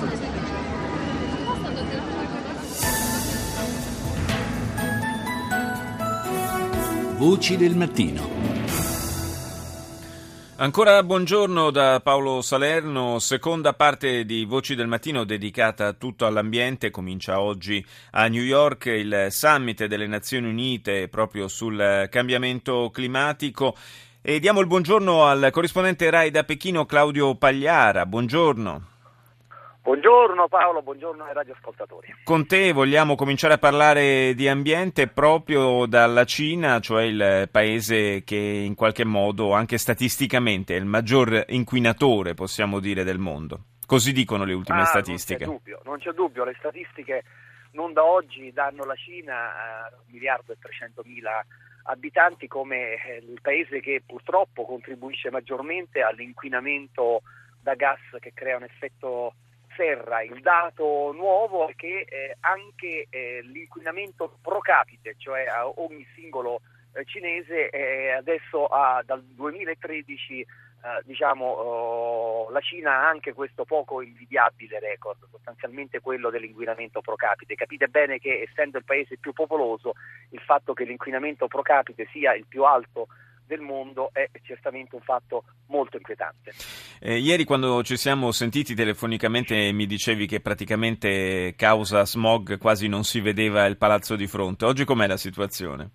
Voci del mattino. Ancora buongiorno da Paolo Salerno, seconda parte di Voci del Mattino dedicata tutto all'ambiente. Comincia oggi a New York il summit delle Nazioni Unite proprio sul cambiamento climatico e diamo il buongiorno al corrispondente RAI da Pechino Claudio Pagliara. Buongiorno. Buongiorno Paolo, buongiorno ai radioascoltatori. Con te vogliamo cominciare a parlare di ambiente proprio dalla Cina, cioè il paese che in qualche modo, anche statisticamente, è il maggior inquinatore, possiamo dire, del mondo. Così dicono le ultime statistiche. Non c'è dubbio, le statistiche non da oggi danno la Cina a 1.300.000 abitanti come il paese che purtroppo contribuisce maggiormente all'inquinamento da gas che crea un effetto serra. Il dato nuovo è che anche l'inquinamento pro capite, cioè a ogni singolo cinese, adesso dal 2013 la Cina ha anche questo poco invidiabile record, sostanzialmente quello dell'inquinamento pro capite. Capite bene che, essendo il paese più popoloso, il fatto che l'inquinamento pro capite sia il più alto del mondo è certamente un fatto molto inquietante. Ieri, quando ci siamo sentiti telefonicamente, mi dicevi che praticamente causa smog quasi non si vedeva il palazzo di fronte. Oggi com'è la situazione?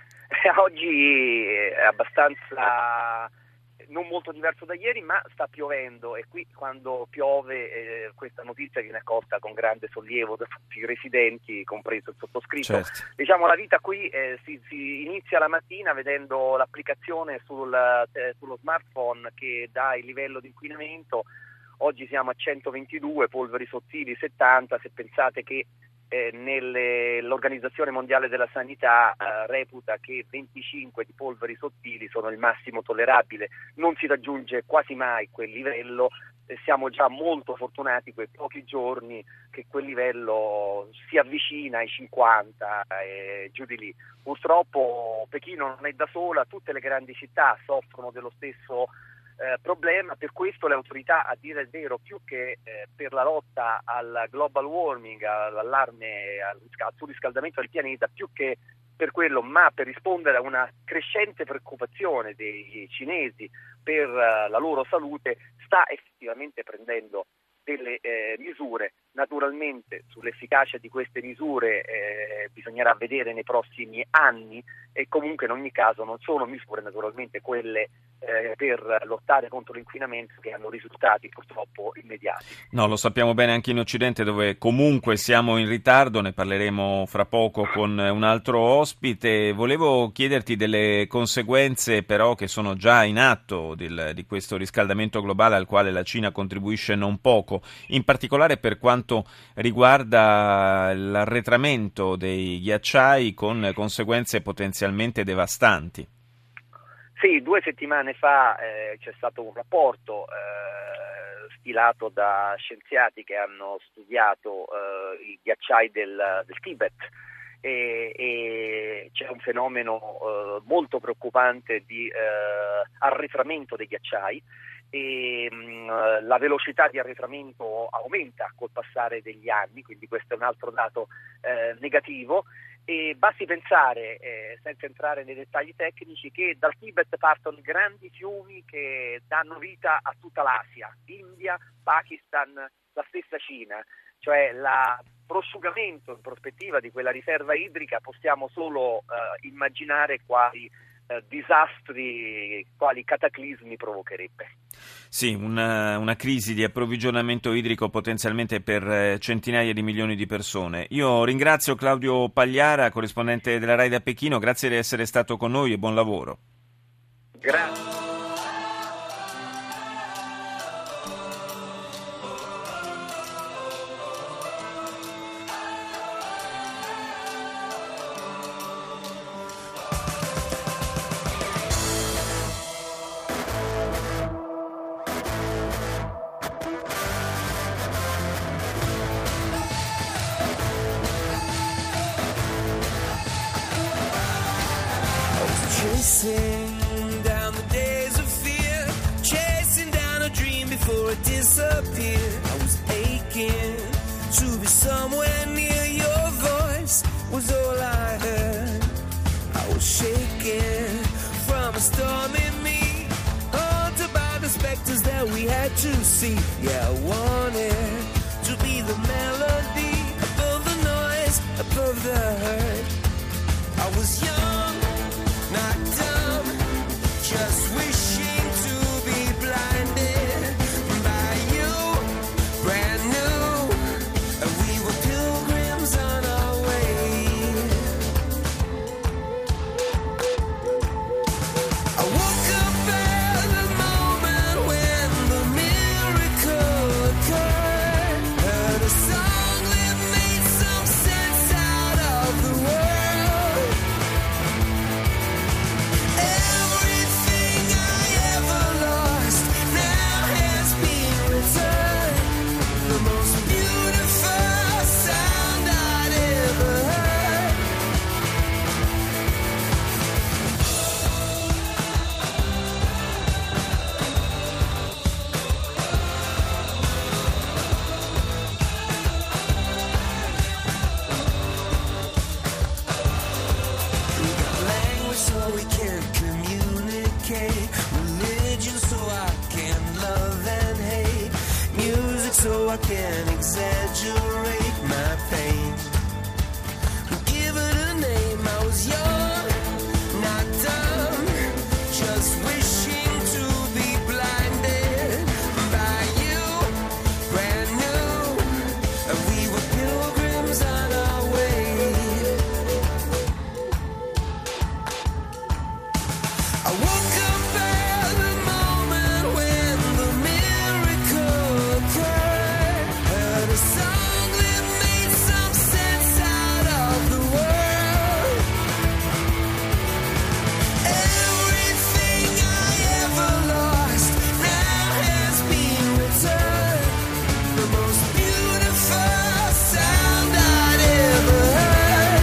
Oggi è abbastanza non molto diverso da ieri, ma sta piovendo e qui quando piove questa notizia viene accolta con grande sollievo da tutti i residenti, compreso il sottoscritto. Certo. Diciamo, la vita qui si inizia la mattina vedendo l'applicazione sullo smartphone che dà il livello di inquinamento. Oggi siamo a 122, polveri sottili 70, se pensate che l'Organizzazione Mondiale della Sanità reputa che 25 di polveri sottili sono il massimo tollerabile, non si raggiunge quasi mai quel livello. Siamo già molto fortunati quei pochi giorni che quel livello si avvicina ai 50 e giù di lì. Purtroppo Pechino non è da sola, tutte le grandi città soffrono dello stesso problema. Per questo le autorità, a dire il vero, più che per la lotta al global warming, all'allarme, al surriscaldamento del pianeta, più che per quello, ma per rispondere a una crescente preoccupazione dei cinesi per la loro salute, sta effettivamente prendendo delle misure. Naturalmente sull'efficacia di queste misure bisognerà vedere nei prossimi anni, e comunque in ogni caso non sono misure naturalmente quelle per lottare contro l'inquinamento che hanno risultati purtroppo immediati. No, lo sappiamo bene anche in Occidente, dove comunque siamo in ritardo. Ne parleremo fra poco con un altro ospite. Volevo chiederti delle conseguenze però che sono già in atto di questo riscaldamento globale al quale la Cina contribuisce non poco, in particolare per quanto riguarda l'arretramento dei ghiacciai, con conseguenze potenzialmente devastanti. Sì, 2 settimane fa c'è stato un rapporto stilato da scienziati che hanno studiato i ghiacciai del Tibet e c'è un fenomeno molto preoccupante di arretramento dei ghiacciai e la velocità di arretramento aumenta col passare degli anni, quindi questo è un altro dato negativo. E basti pensare, senza entrare nei dettagli tecnici, che dal Tibet partono grandi fiumi che danno vita a tutta l'Asia, India, Pakistan, la stessa Cina, cioè la prosciugamento in prospettiva di quella riserva idrica possiamo solo immaginare quali disastri, quali cataclismi provocherebbe. Sì, una crisi di approvvigionamento idrico potenzialmente per centinaia di milioni di persone. Io ringrazio Claudio Pagliara, corrispondente della RAI da Pechino, grazie di essere stato con noi e buon lavoro. Grazie. Chasing down the days of fear, chasing down a dream before it disappeared. I was aching storming me, haunted by the specters that we had to see. Yeah, I wanted to be the melody above the noise, above the hurt. I was young, not dumb, just wishing to be blinded by you, brand new, and we were pilgrims on our way. I woke up at the moment when the miracle occurred, heard a song that made some sense out of the world. Everything I ever lost now has been returned. The most beautiful sound I'd ever heard. We got language so we can communicate, religion so I can love and hate, music so I can exaggerate my pain. Give it a name, I was young, not dumb, just wishing to be blinded by you, brand new, and we were pilgrims on our way. I woke up at the moment when the miracle occurred, heard a song that made some sense out of the world. Everything I ever lost now has been returned. The most beautiful sound I'd ever heard.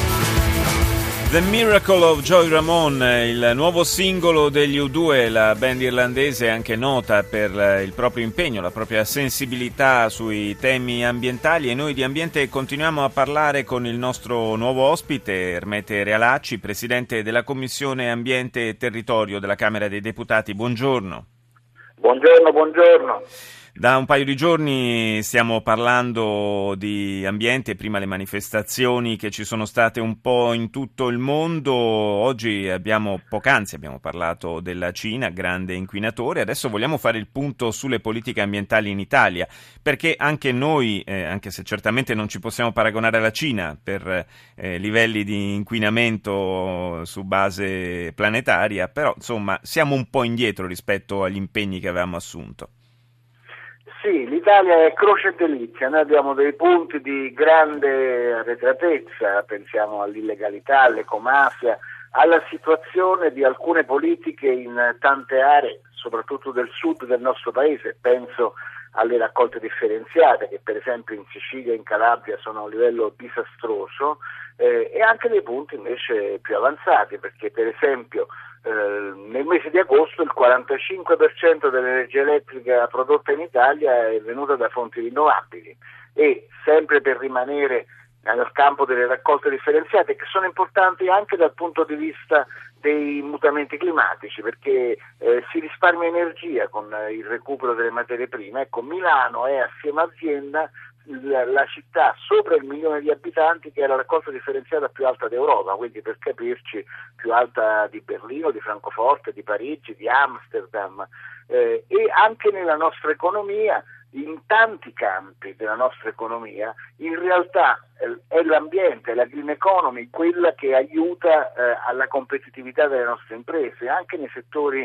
The Miracle of Joy Ramone, il nuovo singolo degli U2, la band irlandese anche nota per il proprio impegno, la propria sensibilità sui temi ambientali, e noi di ambiente continuiamo a parlare con il nostro nuovo ospite, Ermete Realacci, presidente della Commissione Ambiente e Territorio della Camera dei Deputati. Buongiorno. Buongiorno. Da un paio di giorni stiamo parlando di ambiente, prima le manifestazioni che ci sono state un po' in tutto il mondo. Oggi poc'anzi abbiamo parlato della Cina, grande inquinatore. Adesso vogliamo fare il punto sulle politiche ambientali in Italia, perché anche noi, anche se certamente non ci possiamo paragonare alla Cina per livelli di inquinamento su base planetaria, però insomma siamo un po' indietro rispetto agli impegni che avevamo assunto. Sì, l'Italia è croce e delizia, noi abbiamo dei punti di grande arretratezza, pensiamo all'illegalità, all'ecomafia, alla situazione di alcune politiche in tante aree, soprattutto del sud del nostro paese, penso alle raccolte differenziate che per esempio in Sicilia e in Calabria sono a un livello disastroso, e anche dei punti invece più avanzati, perché per esempio nel mese di agosto il 45% dell'energia elettrica prodotta in Italia è venuta da fonti rinnovabili, e sempre per rimanere nel campo delle raccolte differenziate, che sono importanti anche dal punto di vista dei mutamenti climatici, perché si risparmia energia con il recupero delle materie prime. Ecco, Milano è assieme a Vienna la città sopra il 1.000.000 di abitanti che ha la raccolta differenziata più alta d'Europa, quindi per capirci più alta di Berlino, di Francoforte, di Parigi, di Amsterdam, e anche nella nostra economia, in tanti campi della nostra economia, in realtà è l'ambiente, la green economy, quella che aiuta alla competitività delle nostre imprese, anche nei settori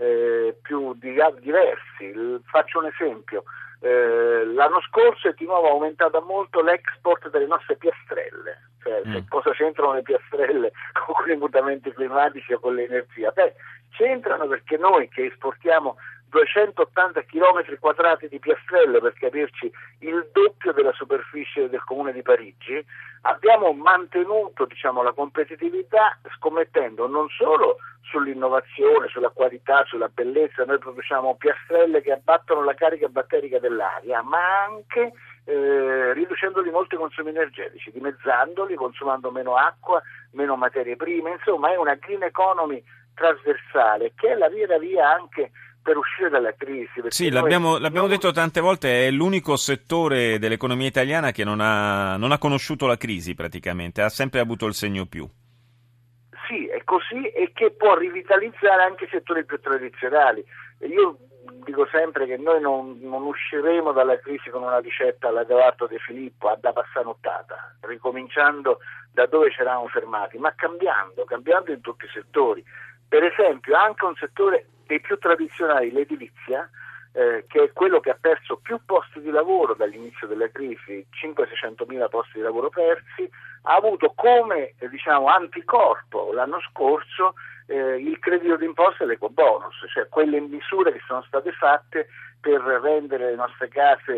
più diversi. Faccio un esempio. L'anno scorso è di nuovo aumentata molto l'export delle nostre piastrelle. Cosa c'entrano le piastrelle con i mutamenti climatici o con l'energia? C'entrano perché noi che esportiamo 280 km quadrati di piastrelle, per capirci il doppio della superficie del comune di Parigi, abbiamo mantenuto la competitività scommettendo non solo sull'innovazione, sulla qualità, sulla bellezza. Noi produciamo piastrelle che abbattono la carica batterica dell'aria, ma anche riducendoli molto i consumi energetici, dimezzandoli, consumando meno acqua, meno materie prime. Insomma, è una green economy trasversale, che è la vera via anche per uscire dalla crisi. Sì, l'abbiamo detto tante volte, è l'unico settore dell'economia italiana che non ha conosciuto la crisi praticamente, ha sempre avuto il segno più. Sì, è così, e che può rivitalizzare anche i settori più tradizionali. Io dico sempre che noi non usciremo dalla crisi con una ricetta alla Galato De Filippo, da passanottata, ricominciando da dove ci eravamo fermati, ma cambiando in tutti i settori. Per esempio anche un settore dei più tradizionali, l'edilizia, che è quello che ha perso più posti di lavoro dall'inizio della crisi, 500-600 mila posti di lavoro persi, ha avuto come anticorpo l'anno scorso il credito d'imposta e l'ecobonus, cioè quelle misure che sono state fatte per rendere le nostre case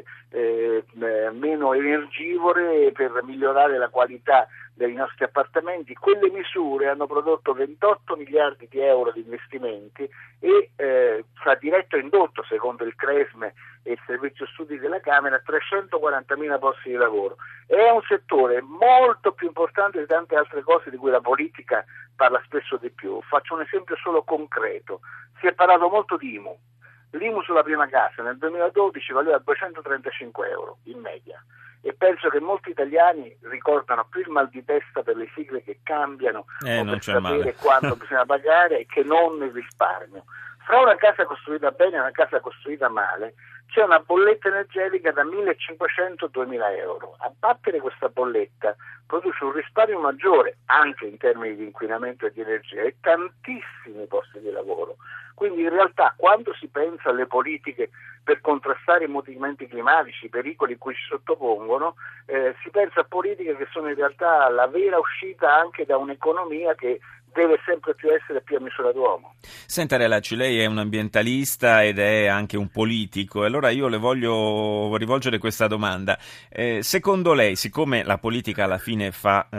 meno energivore, per migliorare la qualità dei nostri appartamenti. Quelle misure hanno prodotto 28 miliardi di euro di investimenti e fra diretto e indotto, secondo il Cresme e il Servizio Studi della Camera, 340.000 posti di lavoro. È un settore molto più importante di tante altre cose di cui la politica parla spesso di più. Faccio un esempio solo concreto. Si è parlato molto di IMU. L'IMU sulla prima casa nel 2012 valeva 235 euro in media, e penso che molti italiani ricordano più il mal di testa per le sigle che cambiano o per sapere quanto bisogna pagare che non il risparmio. Fra una casa costruita bene e una casa costruita male c'è una bolletta energetica da 1.500 a 2.000 euro. Abbattere questa bolletta produce un risparmio maggiore anche in termini di inquinamento e di energia e tantissimi posti di lavoro. Quindi in realtà quando si pensa alle politiche per contrastare i mutamenti climatici, i pericoli cui ci sottopongono, si pensa a politiche che sono in realtà la vera uscita anche da un'economia che deve sempre più essere più a misura d'uomo. Senta Realacci, lei è un ambientalista ed è anche un politico, e allora io le voglio rivolgere questa domanda. Secondo lei, siccome la politica alla fine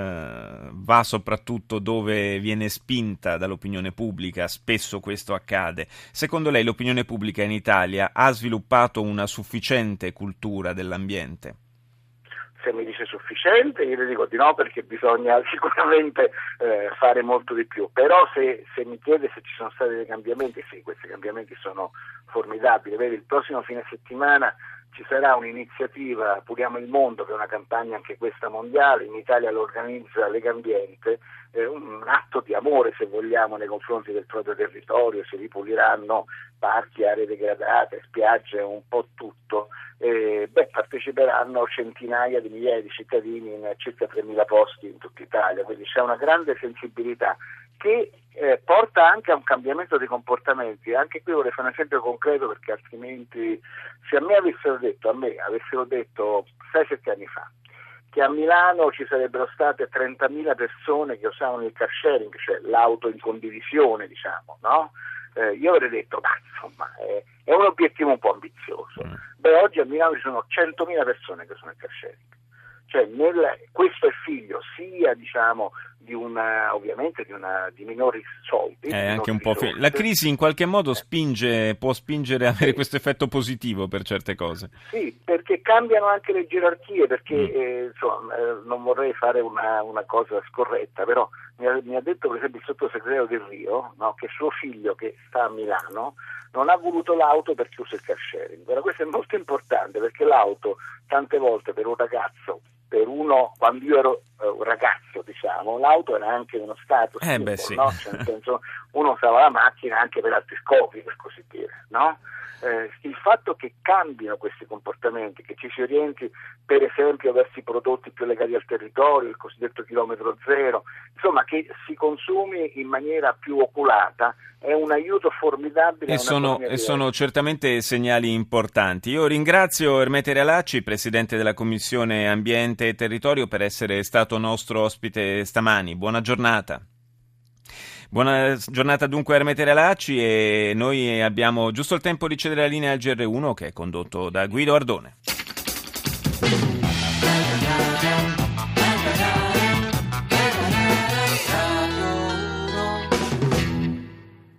va soprattutto dove viene spinta dall'opinione pubblica, spesso questo accade, secondo lei l'opinione pubblica in Italia ha sviluppato una sufficiente cultura dell'ambiente? Se mi dice sufficiente, io le dico di no, perché bisogna sicuramente fare molto di più. Però se mi chiede se ci sono stati dei cambiamenti, sì, questi cambiamenti sono formidabili. Vedi, il prossimo fine settimana ci sarà un'iniziativa, Puliamo il Mondo, che è una campagna anche questa mondiale, in Italia lo organizza Legambiente, un atto di amore, se vogliamo, nei confronti del proprio territorio. Si ripuliranno parchi, aree degradate, spiagge, un po' tutto. Parteciperanno centinaia di migliaia di cittadini in circa 3.000 posti in tutta Italia, quindi c'è una grande sensibilità che porta anche a un cambiamento dei comportamenti. Anche qui vorrei fare un esempio concreto, perché altrimenti, se a me avessero detto 6-7 anni fa che a Milano ci sarebbero state 30.000 persone che usavano il car sharing, cioè l'auto in condivisione, no? Io avrei detto, è un obiettivo un po' ambizioso. Oggi a Milano ci sono 100.000 persone che sono in car sharing. Cioè, questo è figlio sia di minori soldi. Anche un po'. La crisi in qualche modo può spingere a avere questo effetto positivo per certe cose. Sì, perché cambiano anche le gerarchie, perché non vorrei fare una cosa scorretta, però mi ha detto per esempio il sottosegretario Del Rio, no, che suo figlio, che sta a Milano, non ha voluto l'auto perché usa il car sharing. Ora, questo è molto importante, perché l'auto tante volte per un ragazzo, quando io ero un ragazzo, l'auto era anche uno status symbol, sì. No? Cioè, nel senso, uno usava la macchina anche per altri scopi, per così dire, no? Il fatto che cambino questi comportamenti, che ci si orienti per esempio verso i prodotti più legati al territorio, il cosiddetto chilometro zero, insomma che si consumi in maniera più oculata, è un aiuto formidabile. E sono certamente segnali importanti. Io ringrazio Ermete Realacci, Presidente della Commissione Ambiente e Territorio, per essere stato nostro ospite stamani. Buona giornata. Buona giornata dunque a Ermete Realacci, e noi abbiamo giusto il tempo di cedere la linea al GR1, che è condotto da Guido Ardone.